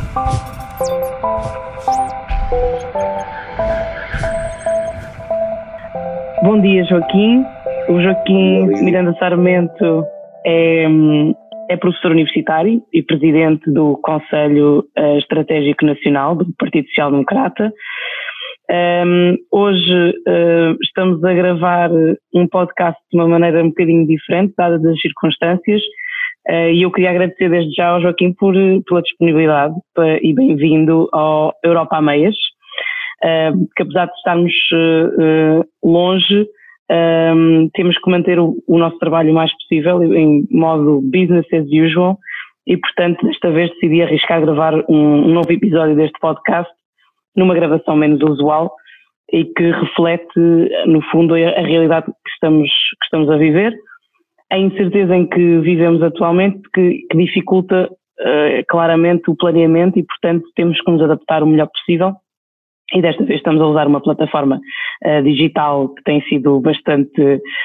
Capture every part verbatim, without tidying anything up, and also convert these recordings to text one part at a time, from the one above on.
Bom dia, Joaquim. O Joaquim Miranda Sarmento é, é professor universitário e presidente do Conselho Estratégico Nacional do Partido Social Democrata. Um, hoje uh, estamos a gravar um podcast de uma maneira um bocadinho diferente, dadas as circunstâncias, uh, e eu queria agradecer desde já ao Joaquim por, pela disponibilidade pra, e bem-vindo ao Europa a Meias, uh, que apesar de estarmos uh, uh, longe, um, temos que manter o, o nosso trabalho o mais possível em modo business as usual e, portanto, desta vez decidi arriscar gravar um, um novo episódio deste podcast numa gravação menos usual e que reflete, no fundo, a, a realidade que estamos, que estamos a viver, a incerteza em que vivemos atualmente, que, que dificulta uh, claramente o planeamento e, portanto, temos que nos adaptar o melhor possível. E desta vez estamos a usar uma plataforma uh, digital que tem sido bastante,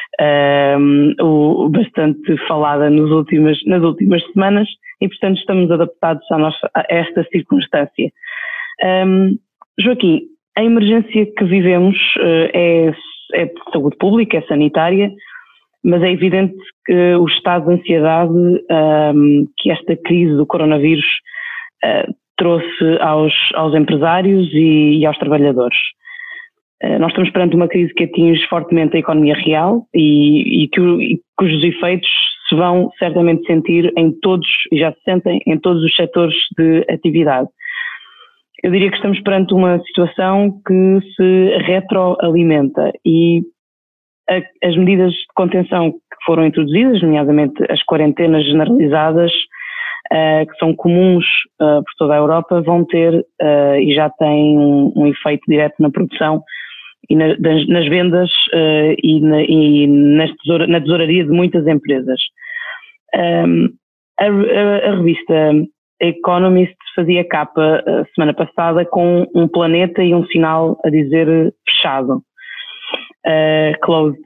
uh, o, bastante falada nos últimas, nas últimas semanas e, portanto, estamos adaptados a, nossa, a esta circunstância. Um, Joaquim, a emergência que vivemos uh, é, é de saúde pública, é sanitária, mas é evidente que o estado de ansiedade um, que esta crise do coronavírus uh, trouxe aos, aos empresários e, e aos trabalhadores. Uh, nós estamos perante uma crise que atinge fortemente a economia real e, e, que, e cujos efeitos se vão certamente sentir em todos, e já se sentem, em todos os setores de atividade. Eu diria que estamos perante uma situação que se retroalimenta e a, as medidas de contenção que foram introduzidas, nomeadamente as quarentenas generalizadas, uh, que são comuns uh, por toda a Europa, vão ter uh, e já têm um, um efeito direto na produção e na, das, nas vendas uh, e, na, e nas tesoura, na tesouraria de muitas empresas. Um, a, a, a revista Economist fazia capa a semana passada com um planeta e um sinal a dizer fechado, uh, closed.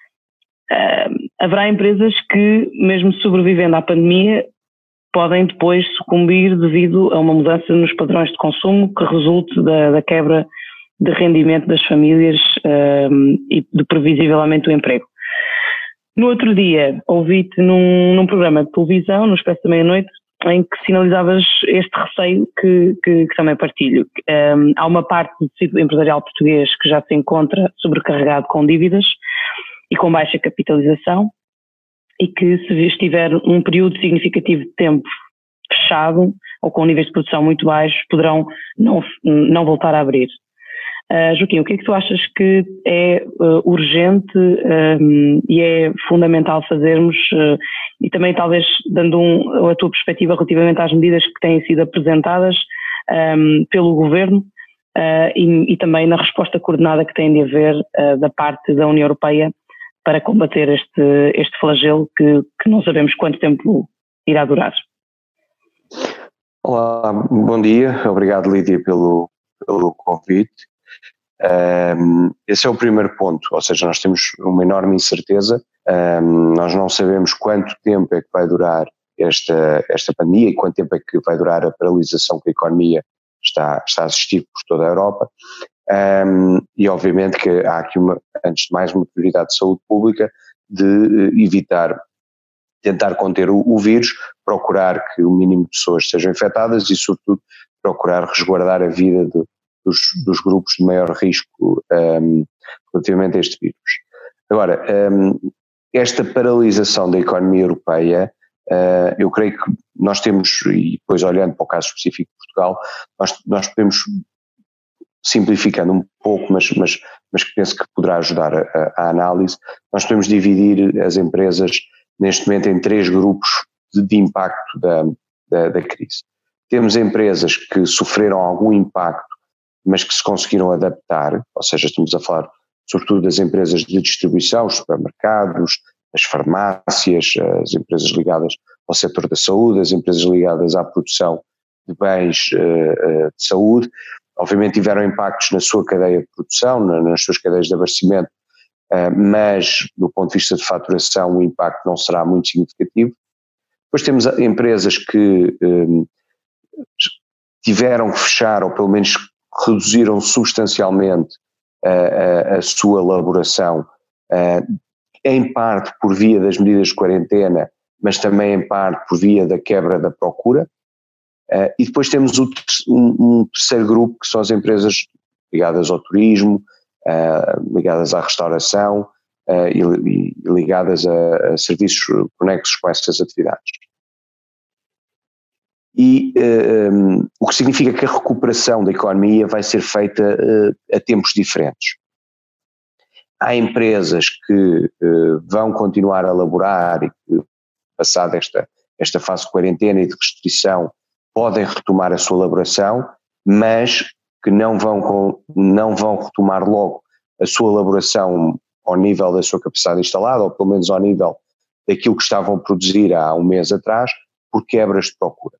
Uh, haverá empresas que, mesmo sobrevivendo à pandemia, podem depois sucumbir devido a uma mudança nos padrões de consumo que resulte da, da quebra de rendimento das famílias uh, e do previsivelmente o emprego. No outro dia, ouvi-te num, num programa de televisão, no Expresso da Meia-Noite, em que sinalizavas este receio que, que, que também partilho. Um, há uma parte do tecido empresarial português que já se encontra sobrecarregado com dívidas e com baixa capitalização e que, se estiver um período significativo de tempo fechado ou com níveis de produção muito baixos, poderão não, não voltar a abrir. Uh, Joaquim, o que é que tu achas que é uh, urgente um, e é fundamental fazermos uh, e também talvez dando um, a tua perspectiva relativamente às medidas que têm sido apresentadas um, pelo Governo uh, e, e também na resposta coordenada que tem de haver uh, da parte da União Europeia para combater este, este flagelo que, que não sabemos quanto tempo irá durar? Olá, bom dia, obrigado Lídia pelo, pelo convite. Um, esse é o primeiro ponto, ou seja, nós temos uma enorme incerteza, um, nós não sabemos quanto tempo é que vai durar esta, esta pandemia e quanto tempo é que vai durar a paralisação que a economia está, está a assistir por toda a Europa, um, e obviamente que há aqui, uma, antes de mais, uma prioridade de saúde pública de uh, evitar, tentar conter o, o vírus, procurar que o mínimo de pessoas sejam infectadas e, sobretudo, procurar resguardar a vida de Dos, dos grupos de maior risco um, relativamente a este vírus. Agora, um, esta paralisação da economia europeia, uh, eu creio que nós temos, e depois olhando para o caso específico de Portugal, nós, nós podemos, simplificando um pouco, mas, mas, mas que penso que poderá ajudar a, a análise, nós podemos dividir as empresas neste momento em três grupos de, de impacto da, da, da crise. Temos empresas que sofreram algum impacto mas que se conseguiram adaptar, ou seja, estamos a falar sobretudo das empresas de distribuição, os supermercados, as farmácias, as empresas ligadas ao setor da saúde, as empresas ligadas à produção de bens uh, de saúde, obviamente tiveram impactos na sua cadeia de produção, na, nas suas cadeias de abastecimento, uh, mas do ponto de vista de faturação o impacto não será muito significativo. Depois temos empresas que um, tiveram que fechar, ou pelo menos reduziram substancialmente a, a, a sua elaboração, uh, em parte por via das medidas de quarentena, mas também em parte por via da quebra da procura. Uh, e depois temos o, um, um terceiro grupo, que são as empresas ligadas ao turismo, uh, ligadas à restauração uh, e, e ligadas a, a serviços conexos com essas atividades. E uh, um, o que significa que a recuperação da economia vai ser feita uh, a tempos diferentes. Há empresas que uh, vão continuar a elaborar e que, passada esta, esta fase de quarentena e de restrição, podem retomar a sua elaboração, mas que não vão, com, não vão retomar logo a sua elaboração ao nível da sua capacidade instalada, ou pelo menos ao nível daquilo que estavam a produzir há um mês atrás, por quebras de procura.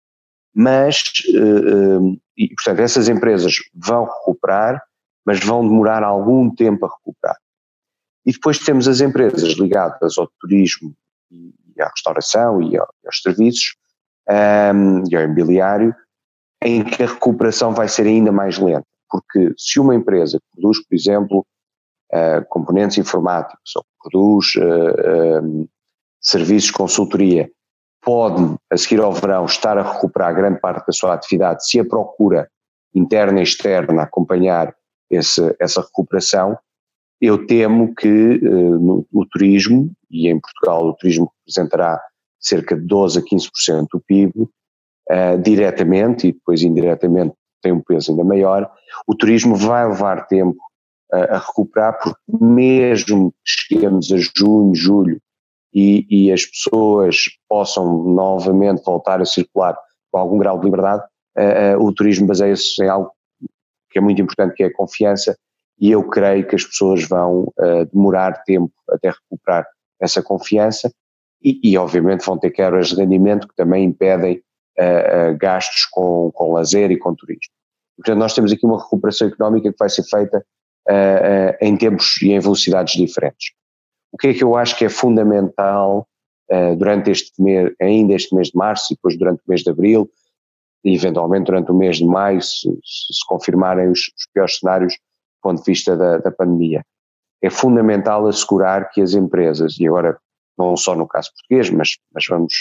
Mas, uh, uh, e, portanto, essas empresas vão recuperar, mas vão demorar algum tempo a recuperar. E depois temos as empresas ligadas ao turismo e à restauração e aos serviços um, e ao imobiliário, em que a recuperação vai ser ainda mais lenta, porque se uma empresa que produz, por exemplo, uh, componentes informáticos ou que produz uh, um, serviços de consultoria, pode, a seguir ao verão, estar a recuperar grande parte da sua atividade, se a procura interna e externa acompanhar esse, essa recuperação, eu temo que uh, no, o turismo, e em Portugal o turismo representará cerca de doze a quinze por cento do P I B, uh, diretamente, e depois indiretamente tem um peso ainda maior, o turismo vai levar tempo uh, a recuperar, porque mesmo que cheguemos a junho, julho, e, e as pessoas possam novamente voltar a circular com algum grau de liberdade, uh, uh, o turismo baseia-se em algo que é muito importante, que é a confiança, e eu creio que as pessoas vão uh, demorar tempo até recuperar essa confiança e, e obviamente vão ter quebras de rendimento que também impedem uh, uh, gastos com, com lazer e com turismo. Portanto, nós temos aqui uma recuperação económica que vai ser feita uh, uh, em tempos e em velocidades diferentes. O que é que eu acho que é fundamental uh, durante este mês, ainda este mês de março e depois durante o mês de abril e eventualmente durante o mês de maio, se, se, se confirmarem os, os piores cenários do ponto de vista da, da pandemia. É fundamental assegurar que as empresas, e agora não só no caso português, mas, mas vamos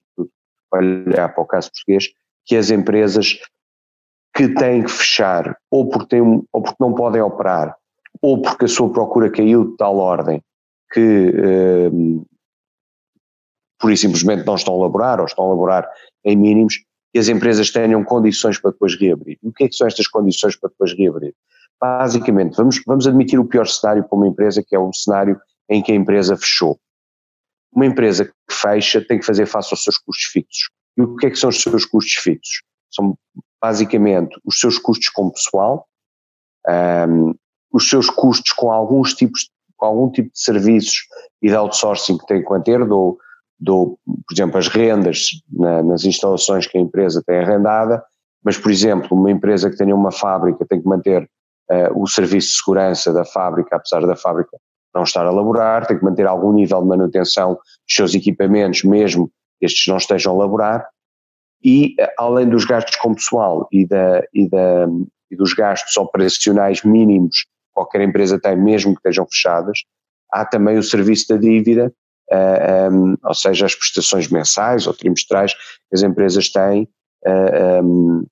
olhar para o caso português, que as empresas que têm que fechar, ou porque, têm, ou porque não podem operar, ou porque a sua procura caiu de tal ordem que eh, pura e simplesmente não estão a elaborar, ou estão a elaborar em mínimos, que as empresas tenham condições para depois reabrir. E o que é que são estas condições para depois reabrir? Basicamente, vamos, vamos admitir o pior cenário para uma empresa, que é um cenário em que a empresa fechou. Uma empresa que fecha tem que fazer face aos seus custos fixos. E o que é que são os seus custos fixos? São basicamente os seus custos com pessoal, um, os seus custos com alguns tipos, com algum tipo de serviços e de outsourcing que tem que manter, do, do, por exemplo, as rendas na, nas instalações que a empresa tem arrendada, mas, por exemplo, uma empresa que tenha uma fábrica tem que manter Uh, o serviço de segurança da fábrica, apesar da fábrica não estar a laborar, tem que manter algum nível de manutenção dos seus equipamentos, mesmo que estes não estejam a laborar, e uh, além dos gastos com pessoal e, da, e, da, e dos gastos operacionais mínimos que qualquer empresa tem, mesmo que estejam fechadas, há também o serviço da dívida, uh, um, ou seja, as prestações mensais ou trimestrais que as empresas têm uh, um,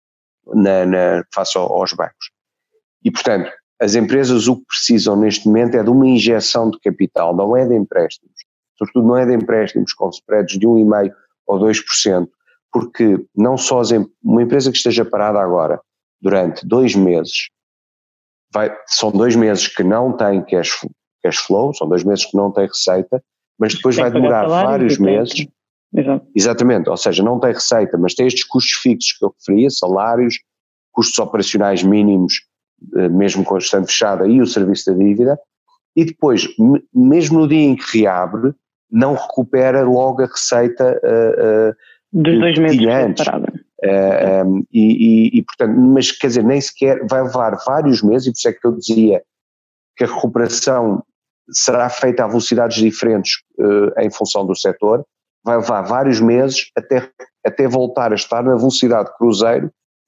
na, na, face aos bancos. E, portanto, as empresas o que precisam neste momento é de uma injeção de capital, não é de empréstimos, sobretudo não é de empréstimos com spreads de um vírgula cinco por cento ou dois por cento, porque não só as, uma empresa que esteja parada agora durante dois meses, vai, são dois meses que não tem cash, cash flow, são dois meses que não tem receita, mas depois vai demorar vários meses, Exato. Exatamente, ou seja, não tem receita, mas tem estes custos fixos que eu referia, salários, custos operacionais mínimos, mesmo com a gestão fechada, e o serviço da dívida, e depois, mesmo no dia em que reabre, não recupera logo a receita uh, uh, dos dois meses antes. Uh, um, e, e, e, portanto, mas quer dizer, nem sequer vai levar vários meses, e por isso é que eu dizia que a recuperação será feita a velocidades diferentes uh, em função do setor, vai levar vários meses até, até voltar a estar na velocidade cruzeiro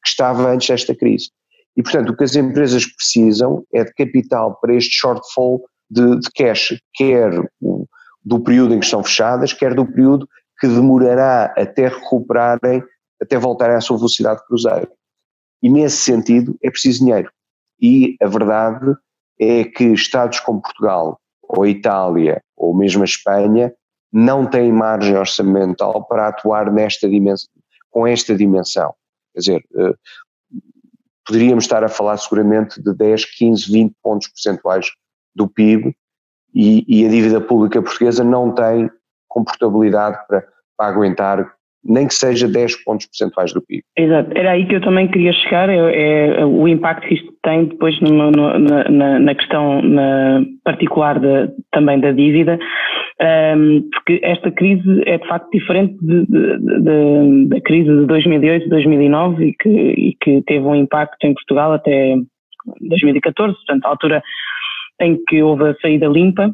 que estava antes desta crise. E, portanto, o que as empresas precisam é de capital para este shortfall de, de cash, quer o, do período em que estão fechadas, quer do período que demorará até recuperarem, até voltarem à sua velocidade de cruzeiro. E nesse sentido é preciso dinheiro. E a verdade é que Estados como Portugal, ou a Itália, ou mesmo a Espanha, não têm margem orçamental para atuar nesta dimensão, com esta dimensão. Quer dizer, poderíamos estar a falar seguramente de dez, quinze, vinte pontos percentuais do P I B e, e a dívida pública portuguesa não tem comportabilidade para, para aguentar nem que seja dez pontos percentuais do P I B. Exato, era aí que eu também queria chegar, é, é o impacto que isto tem depois numa, na, na, na questão na particular de, também da dívida, um, porque esta crise é de facto diferente de, de, de, da crise de dois mil e oito, dois mil e nove e que, e que teve um impacto em Portugal até dois mil e catorze, portanto a altura em que houve a saída limpa,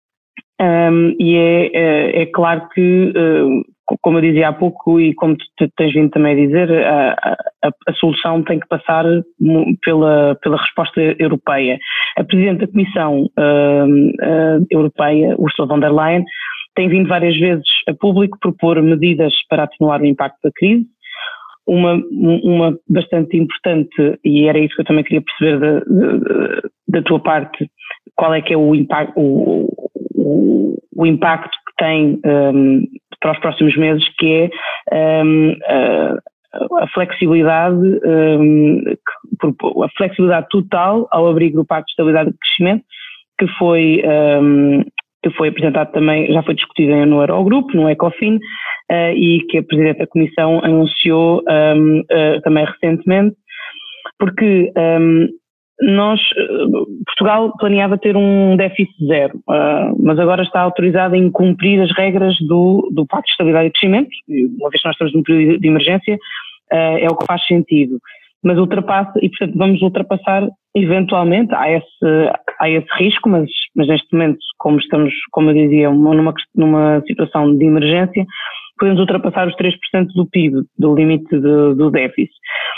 um, e é, é, é claro que uh, como eu dizia há pouco e como tu tens vindo também a dizer, a, a, a solução tem que passar pela, pela resposta europeia. A Presidente da Comissão uh, uh, Europeia, Ursula von der Leyen, tem vindo várias vezes a público propor medidas para atenuar o impacto da crise. Uma, uma bastante importante, e era isso que eu também queria perceber da, da, da tua parte, qual é que é o impacto, o, o, o impacto que tem um, para os próximos meses, que é um, a, a flexibilidade, um, a flexibilidade total ao abrigo do Pacto de Estabilidade e Crescimento, que foi, um, que foi apresentado também, já foi discutido no Eurogrupo, no Ecofin, uh, e que a Presidente da Comissão anunciou um, uh, também recentemente, porque um, nós, Portugal planeava ter um déficit zero, uh, mas agora está autorizado a incumprir as regras do, do Pacto de Estabilidade e Crescimento, uma vez que nós estamos num período de emergência, uh, é o que faz sentido. Mas ultrapassa, e portanto vamos ultrapassar eventualmente, há esse, há esse risco, mas, mas neste momento, como estamos, como eu dizia, numa, numa situação de emergência, podemos ultrapassar os três por cento do P I B, do limite de, do déficit.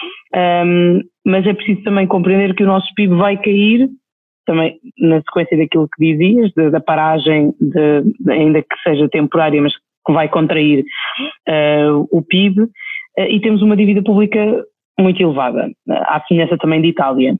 Um, mas é preciso também compreender que o nosso P I B vai cair, também na sequência daquilo que dizias, de, da paragem, de, de, ainda que seja temporária, mas que vai contrair uh, o P I B, uh, e temos uma dívida pública muito elevada, à semelhança também de Itália.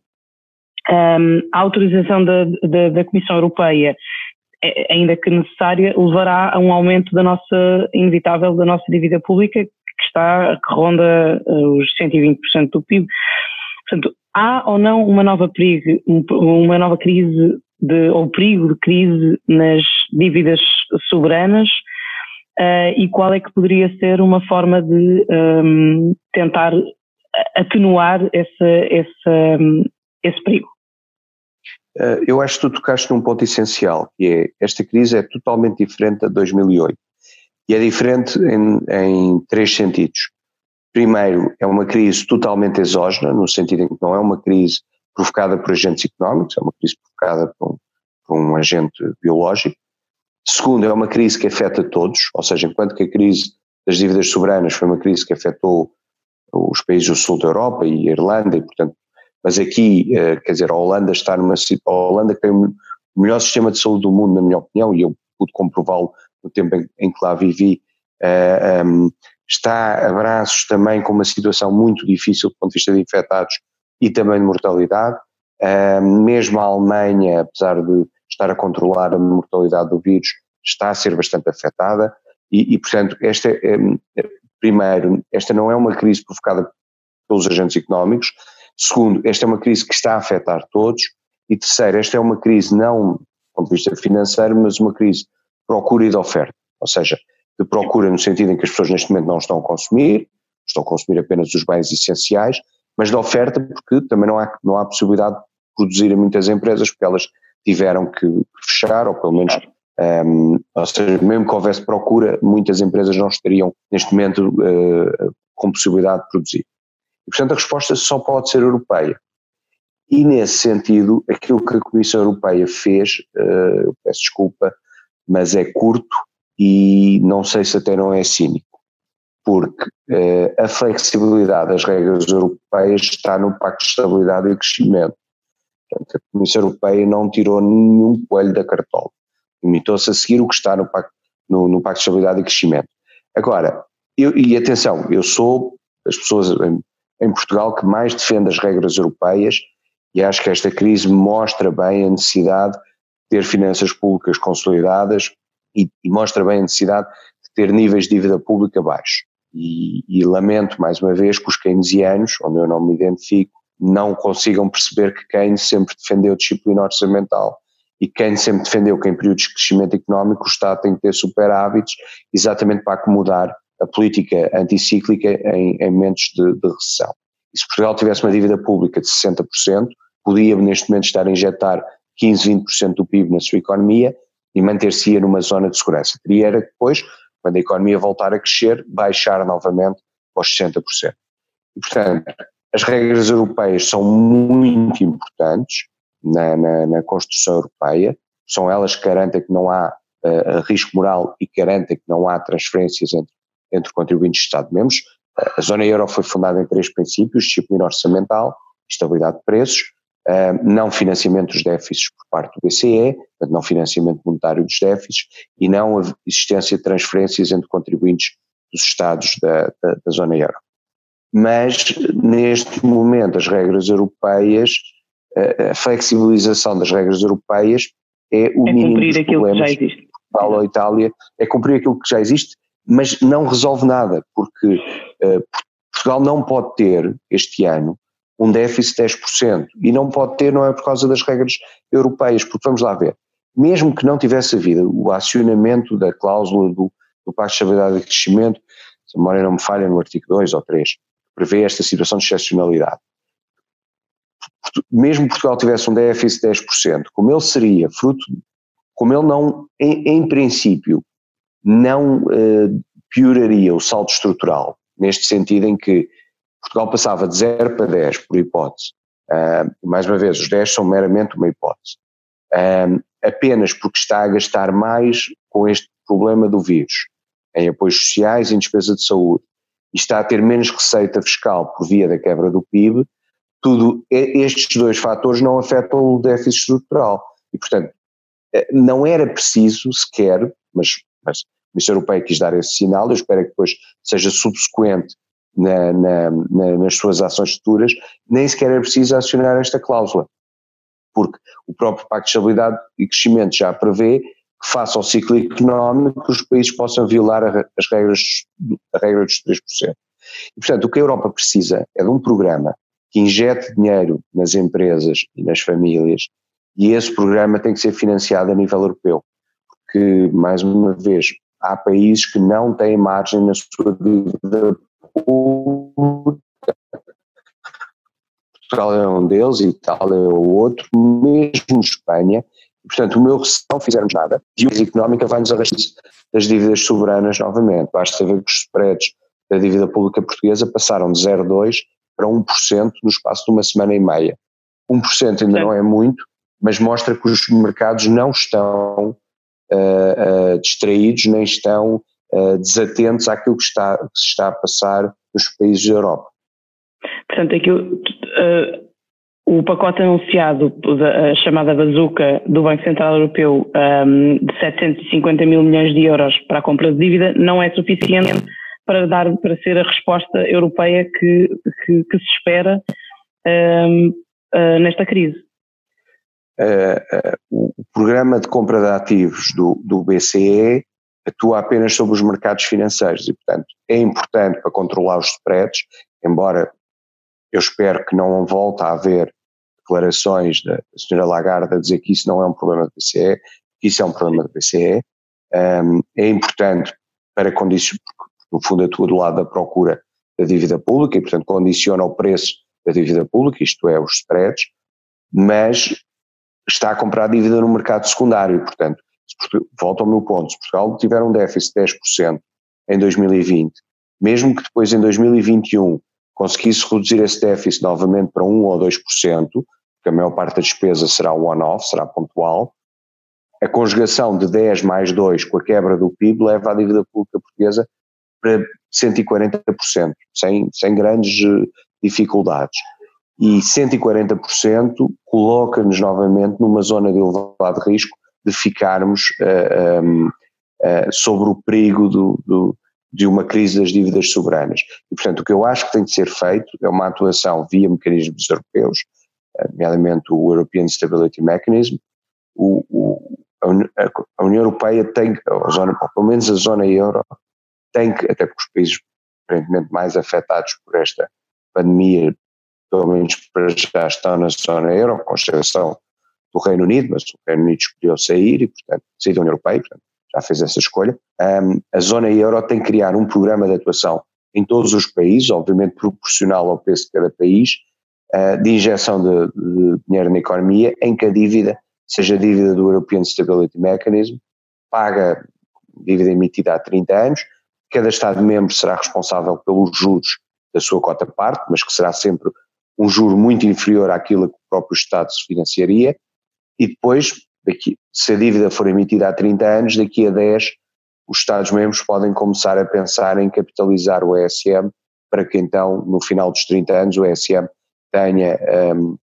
Um, a autorização da, da, da Comissão Europeia, ainda que necessária, levará a um aumento da nossa, inevitável, da nossa dívida pública, que está, que ronda os cento e vinte por cento do P I B. Portanto, há ou não uma nova perigo, uma nova crise, de, ou perigo de crise nas dívidas soberanas, uh, e qual é que poderia ser uma forma de um, tentar atenuar essa, essa, esse perigo? Eu acho que tu tocaste num ponto essencial, que é, esta crise é totalmente diferente da de dois mil e oito, e é diferente em, em três sentidos. Primeiro, é uma crise totalmente exógena, no sentido em que não é uma crise provocada por agentes económicos, é uma crise provocada por um, por um agente biológico. Segundo, é uma crise que afeta todos, ou seja, enquanto que a crise das dívidas soberanas foi uma crise que afetou os países do sul da Europa e a Irlanda, e portanto, mas aqui, quer dizer, a Holanda está numa, a Holanda tem o melhor sistema de saúde do mundo, na minha opinião, e eu pude comprová-lo no tempo em, em que lá vivi, uh, um, está a braços também com uma situação muito difícil do ponto de vista de infectados e também de mortalidade, uh, mesmo a Alemanha, apesar de estar a controlar a mortalidade do vírus, está a ser bastante afetada, e, e portanto, esta é, primeiro, esta não é uma crise provocada pelos agentes económicos. Segundo, esta é uma crise que está a afetar todos. E terceiro, esta é uma crise não do ponto de vista financeiro, mas uma crise de procura e de oferta. Ou seja, de procura no sentido em que as pessoas neste momento não estão a consumir, estão a consumir apenas os bens essenciais, mas de oferta porque também não há, não há possibilidade de produzir a muitas empresas, porque elas tiveram que fechar, ou pelo menos, um, ou seja, mesmo que houvesse procura, muitas empresas não estariam neste momento uh, com possibilidade de produzir. E, portanto, a resposta só pode ser europeia. E, nesse sentido, aquilo que a Comissão Europeia fez, uh, eu peço desculpa, mas é curto e não sei se até não é cínico. porque uh, a flexibilidade das regras europeias está no Pacto de Estabilidade e Crescimento. Portanto, a Comissão Europeia não tirou nenhum coelho da cartola, limitou-se a seguir o que está no Pacto, no, no Pacto de Estabilidade e Crescimento. Agora, eu, e atenção, eu sou das pessoas em, em Portugal que mais defende as regras europeias, e acho que esta crise mostra bem a necessidade de ter finanças públicas consolidadas e, e mostra bem a necessidade de ter níveis de dívida pública baixos. E, e lamento mais uma vez que os keynesianos, onde eu não me identifico, não consigam perceber que Keynes sempre defendeu disciplina orçamental e Keynes sempre defendeu que em períodos de crescimento económico o Estado tem que ter superávites exatamente para acomodar a política anticíclica em, em momentos de, de recessão. E se Portugal tivesse uma dívida pública de sessenta por cento, podia neste momento estar a injetar quinze, vinte por cento do P I B na sua economia e manter-se-ia numa zona de segurança. Teria era depois, quando a economia voltar a crescer, baixar novamente aos sessenta por cento. E portanto, as regras europeias são muito importantes na, na, na construção europeia, são elas que garantem que não há uh, risco moral e garantem que não há transferências entre, entre contribuintes de Estado-membros. A zona euro foi fundada em três princípios: disciplina orçamental, estabilidade de preços, uh, não financiamento dos déficits por parte do B C E, portanto não financiamento monetário dos déficits, e não a existência de transferências entre contribuintes dos Estados da, da, da zona euro. Mas neste momento as regras europeias, a flexibilização das regras europeias é o é mínimo cumprir dos aquilo problemas. Que já existe. Portugal ou Itália, é cumprir aquilo que já existe, mas não resolve nada, porque uh, Portugal não pode ter este ano um déficit de dez por cento, e não pode ter, não é por causa das regras europeias, porque vamos lá ver, mesmo que não tivesse havido o acionamento da cláusula do, do Pacto de Estabilidade e Crescimento, se a memória não me falha, no artigo dois ou três, prevê esta situação de excepcionalidade. Mesmo Portugal tivesse um déficit de dez por cento, como ele seria fruto, como ele não, em, em princípio, não uh, pioraria o saldo estrutural, neste sentido em que Portugal passava de zero para dez, por hipótese, uh, mais uma vez, os dez são meramente uma hipótese, uh, apenas porque está a gastar mais com este problema do vírus, em apoios sociais e em despesa de saúde, e está a ter menos receita fiscal por via da quebra do P I B, tudo, estes dois fatores não afetam o déficit estrutural. E, portanto, não era preciso sequer, mas, mas a Comissão Europeia quis dar esse sinal, eu espero que depois seja subsequente na, na, na, nas suas ações futuras, nem sequer era preciso acionar esta cláusula, porque o próprio Pacto de Estabilidade e Crescimento já prevê que, face ao ciclo económico, os países possam violar a, as regras, a regra dos três por cento. E, portanto, o que a Europa precisa é de um programa que injete dinheiro nas empresas e nas famílias, e esse programa tem que ser financiado a nível europeu, porque, mais uma vez, há países que não têm margem na sua dívida pública. Portugal é um deles, Itália é o outro, mesmo Espanha, e, portanto, o meu receio, se não fizermos nada, e a crise económica vai-nos arrastar das dívidas soberanas novamente. Basta ver que os spreads da dívida pública portuguesa passaram de zero vírgula dois por cento para um por cento no espaço de uma semana e meia. um por cento ainda não é muito, mas mostra que os mercados não estão uh, uh, distraídos, nem estão uh, desatentos àquilo que, está, que se está a passar nos países da Europa. Portanto, aquilo, uh, o pacote anunciado, a chamada bazuca do Banco Central Europeu, um, de setecentos e cinquenta mil milhões de euros para a compra de dívida, não é suficiente para dar, para ser a resposta europeia que, que, que se espera um, uh, nesta crise. Uh, uh, o programa de compra de ativos do, do B C E atua apenas sobre os mercados financeiros e, portanto, é importante para controlar os spreads, embora eu espero que não volte a haver declarações da senhora Lagarde a dizer que isso não é um problema do B C E, que isso é um problema do B C E. Um, é importante para condicionar, porque no fundo atua do lado da procura da dívida pública e, portanto, condiciona o preço da dívida pública, isto é, os spreads, mas está a comprar dívida no mercado secundário, portanto, volta ao meu ponto, se Portugal tiver um déficit de dez por cento em dois mil e vinte, mesmo que depois em dois mil e vinte e um conseguisse reduzir esse déficit novamente para um ou dois por cento, porque a maior parte da despesa será one-off, será pontual, a conjugação de dez mais dois com a quebra do P I B leva a dívida pública portuguesa para cento e quarenta por cento, sem, sem grandes dificuldades. E cento e quarenta por cento coloca-nos novamente numa zona de elevado risco de ficarmos uh, um, uh, sobre o perigo do, do, de uma crise das dívidas soberanas. E, portanto, o que eu acho que tem de ser feito é uma atuação via mecanismos europeus, nomeadamente o European Stability Mechanism. O, o, a União Europeia tem, a zona, pelo menos a zona euro, tem que, até porque os países aparentemente mais afetados por esta pandemia, pelo menos para já estão na zona euro, com exceção do Reino Unido, mas o Reino Unido escolheu sair e, portanto, sair da União Europeia, portanto, já fez essa escolha. Um, a zona euro tem que criar um programa de atuação em todos os países, obviamente proporcional ao preço de cada país, uh, de injeção de, de dinheiro na economia, em que a dívida seja a dívida do European Stability Mechanism, paga dívida emitida há trinta anos, cada Estado-membro será responsável pelos juros da sua cota-parte, mas que será sempre um juro muito inferior àquilo que o próprio Estado se financiaria, e depois, daqui, se a dívida for emitida há trinta anos, daqui a dez, os Estados-membros podem começar a pensar em capitalizar o E S M, para que então, no final dos trinta anos, o E S M tenha um,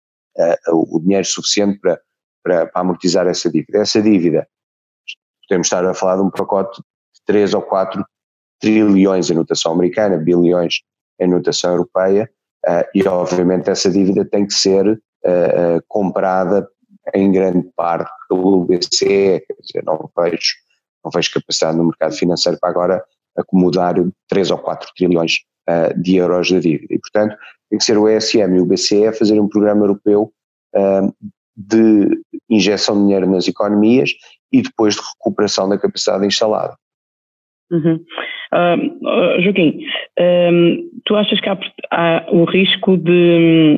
uh, o dinheiro suficiente para, para, para amortizar essa dívida. Essa dívida, podemos estar a falar de um pacote de três ou quatro trilhões em notação americana, bilhões em notação europeia, uh, e obviamente essa dívida tem que ser uh, comprada em grande parte pelo B C E, quer dizer, não vejo, não vejo capacidade no mercado financeiro para agora acomodar três ou quatro trilhões uh, de euros de dívida, e portanto tem que ser o E S M e o B C E a fazer um programa europeu uh, de injeção de dinheiro nas economias e depois de recuperação da capacidade instalada. Uhum. Uh, uh, Joaquim, um, tu achas que há, há o risco de,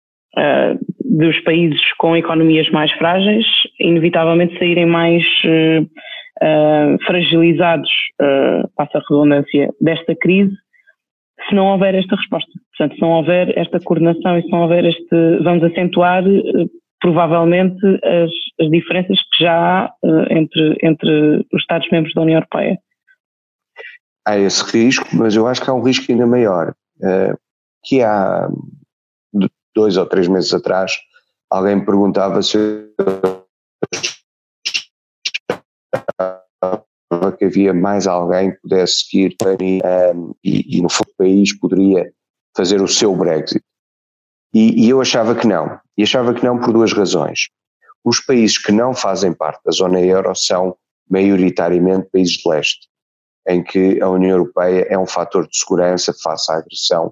uh, dos países com economias mais frágeis inevitavelmente saírem mais uh, uh, fragilizados, uh, passa a redundância, desta crise, se não houver esta resposta? Portanto, se não houver esta coordenação e se não houver este, vamos acentuar uh, provavelmente as, as diferenças que já há uh, entre, entre os Estados-membros da União Europeia. Há esse risco, mas eu acho que há um risco ainda maior, uh, que há dois ou três meses atrás alguém me perguntava se que havia mais alguém que pudesse seguir um, e, e no fundo o país poderia fazer o seu Brexit. E, e eu achava que não, e achava que não por duas razões. Os países que não fazem parte da zona euro são maioritariamente países de leste, em que a União Europeia é um fator de segurança face à agressão,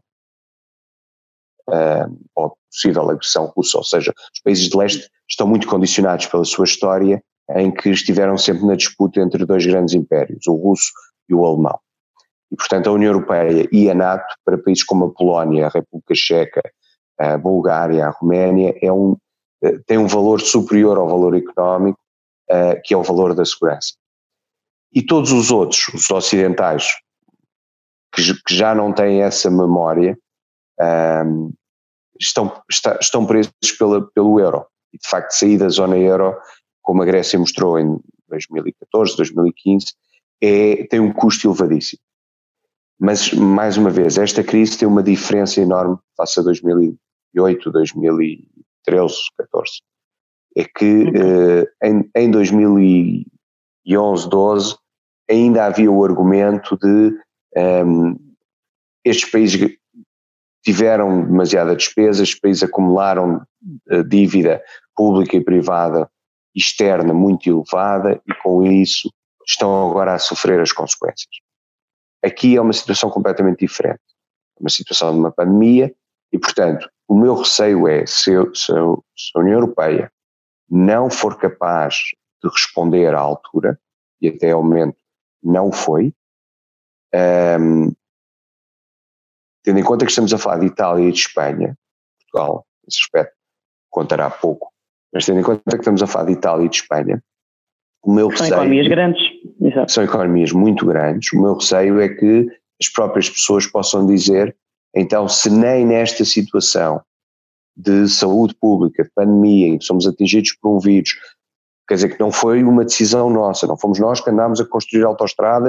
uh, ou possível agressão russa, ou seja, os países de leste estão muito condicionados pela sua história, em que estiveram sempre na disputa entre dois grandes impérios, o russo e o alemão. E, portanto, a União Europeia e a NATO, para países como a Polónia, a República Checa, a Bulgária, a Roménia, é um, tem um valor superior ao valor económico, uh, que é o valor da segurança. E todos os outros, os ocidentais, que, que já não têm essa memória, um, estão, está, estão presos pela, pelo euro. E, de facto, sair da zona euro, como a Grécia mostrou em dois mil e catorze, dois mil e quinze, é, tem um custo elevadíssimo. Mas, mais uma vez, esta crise tem uma diferença enorme face a dois mil e oito, dois mil e treze, catorze. É que uh, em, em dois mil e onze, doze, ainda havia o argumento de um, estes países tiveram demasiada despesa, estes países acumularam uh, dívida pública e privada externa muito elevada e com isso estão agora a sofrer as consequências. Aqui é uma situação completamente diferente, uma situação de uma pandemia e, portanto, o meu receio é se, eu, se, eu, se a União Europeia não for capaz de responder à altura, e até ao momento não foi, um, tendo em conta que estamos a falar de Itália e de Espanha, Portugal, nesse aspecto, contará pouco, mas tendo em conta que estamos a falar de Itália e de Espanha, o meu receio... São economias grandes. Exato. São economias muito grandes, o meu receio é que as próprias pessoas possam dizer, então, se nem nesta situação de saúde pública, de pandemia, em que somos atingidos por um vírus, quer dizer que não foi uma decisão nossa, não fomos nós que andámos a construir autoestradas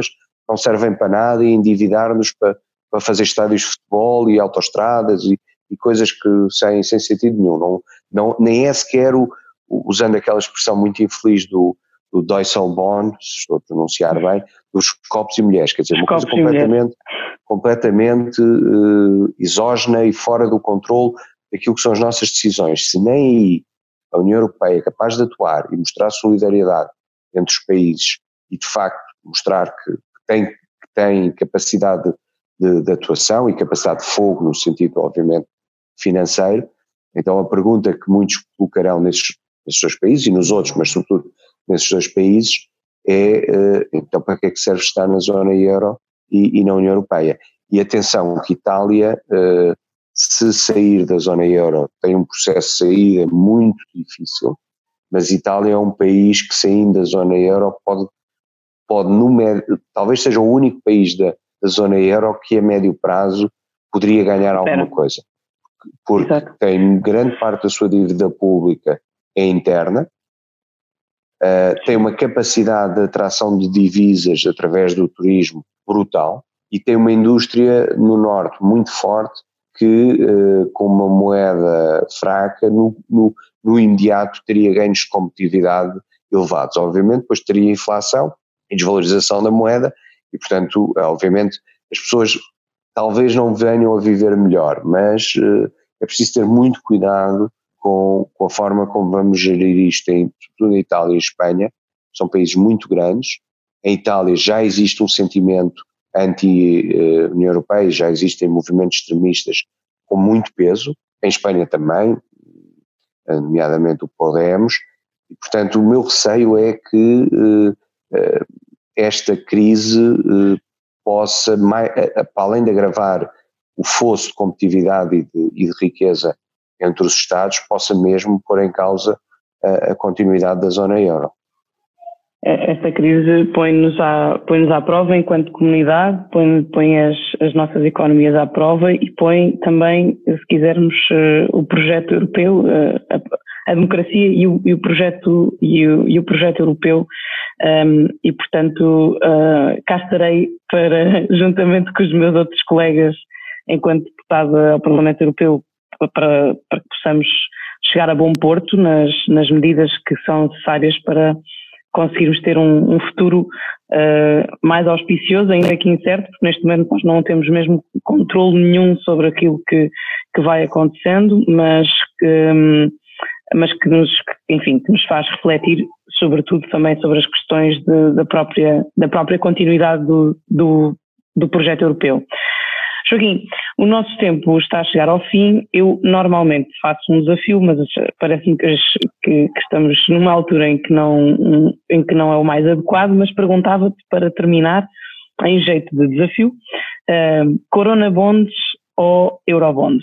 não servem para nada e endividar-nos para, para fazer estádios de futebol e autoestradas e, e coisas que sem, sem sentido nenhum, não, não, nem é sequer, o, usando aquela expressão muito infeliz do, do Dijsselbloem, se estou a pronunciar bem, dos copos e mulheres, quer dizer, uma coisa completamente, completamente uh, exógena e fora do controle daquilo que são as nossas decisões. Se nem aí a União Europeia é capaz de atuar e mostrar solidariedade entre os países e de facto mostrar que, que, tem, que tem capacidade de, de atuação e capacidade de fogo no sentido obviamente financeiro, então a pergunta que muitos colocarão nesses, nesses dois países e nos outros, mas sobretudo nesses dois países é uh, então para que é que serve estar na zona euro e, e na União Europeia? E atenção que Itália, uh, se sair da zona euro, tem um processo de saída muito difícil, mas Itália é um país que, saindo da zona euro, pode, pode no médio, talvez seja o único país da, da zona euro que a médio prazo poderia ganhar alguma coisa, porque Exato. Tem grande parte da sua dívida pública é interna, uh, tem uma capacidade de atração de divisas através do turismo brutal e tem uma indústria no norte muito forte que uh, com uma moeda fraca no, no, no imediato teria ganhos de competitividade elevados. Obviamente depois teria inflação e desvalorização da moeda e portanto obviamente as pessoas talvez não venham a viver melhor, mas uh, é preciso ter muito cuidado com, com a forma como vamos gerir isto, em, sobretudo em Itália e Espanha, são países muito grandes. Em Itália já existe um sentimento anti-União Europeia, já existem movimentos extremistas com muito peso, em Espanha também, nomeadamente o Podemos, e portanto o meu receio é que uh, uh, esta crise uh, possa, mais, uh, para além de agravar o fosso de competitividade e de, e de riqueza entre os Estados, possa mesmo pôr em causa uh, a continuidade da zona euro. Esta crise põe-nos à, põe-nos à prova enquanto comunidade, põe, põe as, as nossas economias à prova e põe também, se quisermos, o projeto europeu, a, a democracia e o, e o projeto e o, e o projeto europeu, um, e portanto uh, cá estarei para, juntamente com os meus outros colegas, enquanto deputada ao Parlamento Europeu, para, para que possamos chegar a bom porto nas, nas medidas que são necessárias para conseguirmos ter um, um futuro uh, mais auspicioso, ainda que incerto, porque neste momento nós não temos mesmo controle nenhum sobre aquilo que, que vai acontecendo, mas que, um, mas que nos, enfim, que nos faz refletir sobretudo também sobre as questões de, da, própria, da própria continuidade do, do, do projeto europeu. Joaquim, o nosso tempo está a chegar ao fim. Eu normalmente faço um desafio, mas parece-me que, que, que estamos numa altura em que, não, em que não é o mais adequado, mas perguntava-te para terminar, em jeito de desafio, uh, Corona Bonds ou Eurobonds?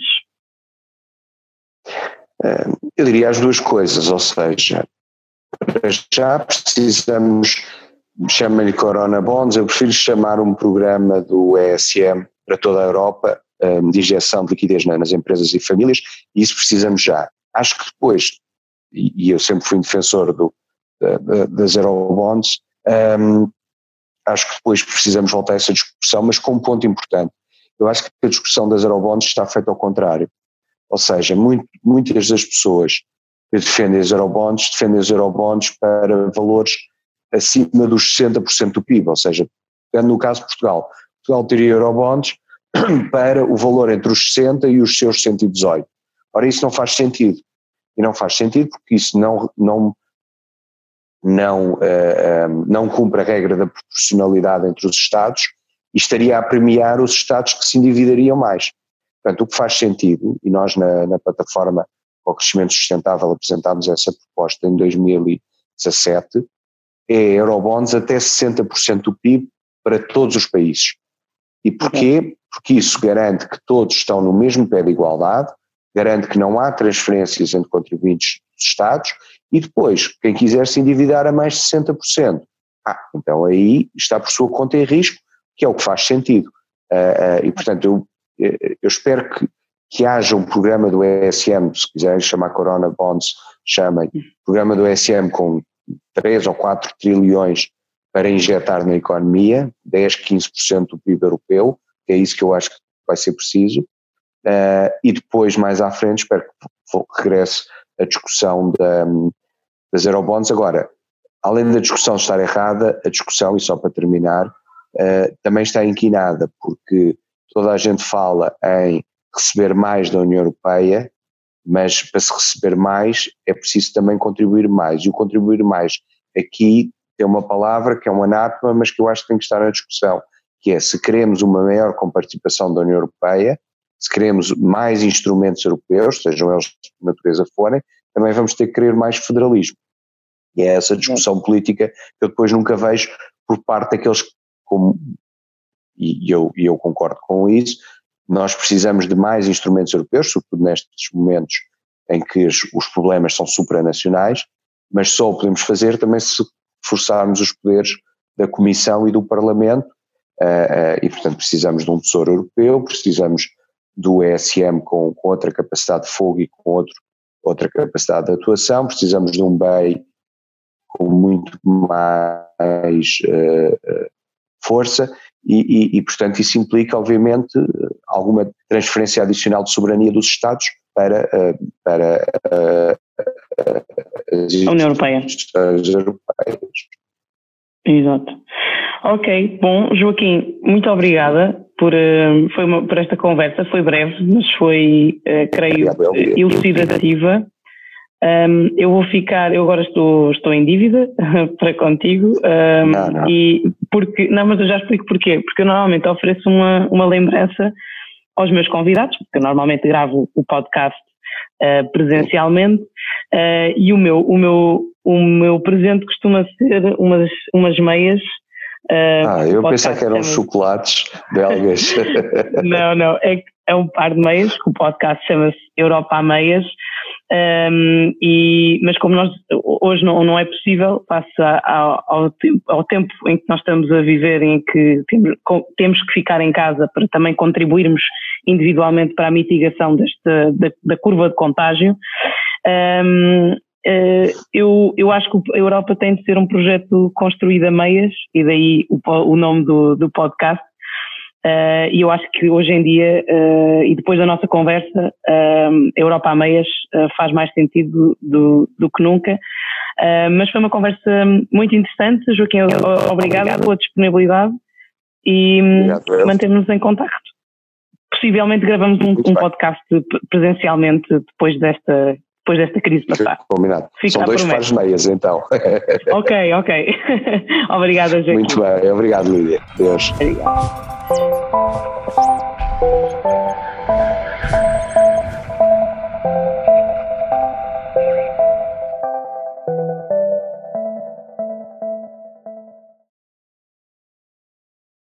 Eu diria as duas coisas, ou seja, já precisamos, chama-lhe Corona Bonds, eu prefiro chamar um programa do E S M para toda a Europa, um, de injeção de liquidez nas empresas e famílias, e isso precisamos já. Acho que depois, e, e eu sempre fui um defensor do, da, das Eurobonds, um, acho que depois precisamos voltar a essa discussão, mas com um ponto importante. Eu acho que a discussão das Eurobonds está feita ao contrário. Ou seja, muito, muitas das pessoas que defendem as Eurobonds, defendem as Eurobonds para valores acima dos sessenta por cento do P I B, ou seja, no caso de Portugal, Portugal teria Eurobonds para o valor entre os sessenta e os seus cento e dezoito. Ora, isso não faz sentido. E não faz sentido porque isso não, não, não, uh, não cumpre a regra da proporcionalidade entre os Estados e estaria a premiar os Estados que se endividariam mais. Portanto, o que faz sentido, e nós na, na plataforma para o crescimento sustentável apresentámos essa proposta em dois mil e dezassete, é Eurobonds até sessenta por cento do P I B para todos os países. E porquê? Porque isso garante que todos estão no mesmo pé de igualdade, garante que não há transferências entre contribuintes dos Estados e depois, quem quiser se endividar a mais de sessenta por cento, ah, então aí está por sua conta e risco, que é o que faz sentido. Uh, uh, e portanto eu, eu espero que, que haja um programa do E S M, se quiserem chamar Corona Bonds, chamem, programa do E S M com três ou quatro trilhões para injetar na economia, dez, quinze por cento do P I B europeu, que é isso que eu acho que vai ser preciso, uh, e depois mais à frente espero que regresse a discussão da, das Eurobonds. Agora, além da discussão estar errada, a discussão, e só para terminar, uh, também está inquinada, porque toda a gente fala em receber mais da União Europeia, mas para se receber mais é preciso também contribuir mais, e o contribuir mais aqui tem uma palavra que é um anátema, mas que eu acho que tem que estar na discussão, que é se queremos uma maior comparticipação da União Europeia, se queremos mais instrumentos europeus, sejam eles de natureza forem, também vamos ter que querer mais federalismo. E é essa discussão política que eu depois nunca vejo por parte daqueles que, como, e eu, e eu concordo com isso, nós precisamos de mais instrumentos europeus, sobretudo nestes momentos em que os, os problemas são supranacionais, mas só o podemos fazer também se forçarmos os poderes da Comissão e do Parlamento, uh, uh, e portanto precisamos de um Tesouro Europeu, precisamos do E S M com, com outra capacidade de fogo e com outro, outra capacidade de atuação, precisamos de um B E I com muito mais uh, uh, força e, e, e portanto isso implica obviamente alguma transferência adicional de soberania dos Estados para, uh, para uh, as União Europeia. Europeias. Exato. Ok, bom, Joaquim, muito obrigada por, uh, foi uma, por esta conversa, foi breve, mas foi, uh, creio, elucidativa. Um, eu vou ficar, eu agora estou, estou em dívida para contigo, um, não, não. E porque, não, mas eu já explico porquê, porque eu normalmente ofereço uma, uma lembrança aos meus convidados, porque eu normalmente gravo o podcast uh, presencialmente, uh, e o meu, o, meu, o meu presente costuma ser umas, umas meias. Uh, ah, eu pensava que eram chama... chocolates belgas. Não, não, é, é um par de meias, que o podcast chama-se Europa a Meias, um, e, mas como nós hoje não, não é possível, face ao, ao, tempo, ao tempo em que nós estamos a viver, em que temos, temos que ficar em casa para também contribuirmos individualmente para a mitigação deste, da, da curva de contágio, um, Uh, eu, eu acho que a Europa tem de ser um projeto construído a meias, e daí o, o nome do, do podcast, uh, e eu acho que hoje em dia, uh, e depois da nossa conversa, uh, a Europa a meias uh, faz mais sentido do, do que nunca, uh, mas foi uma conversa muito interessante. Joaquim, obrigada, obrigada pela disponibilidade e mantemos-nos em contacto. Possivelmente gravamos um, um podcast presencialmente depois desta depois desta crise passar. Combinado. Fica São dois pares de meias, então. Ok, ok. Obrigada, Joaquim. Muito bem, obrigado, Lídia. Deus. Obrigado.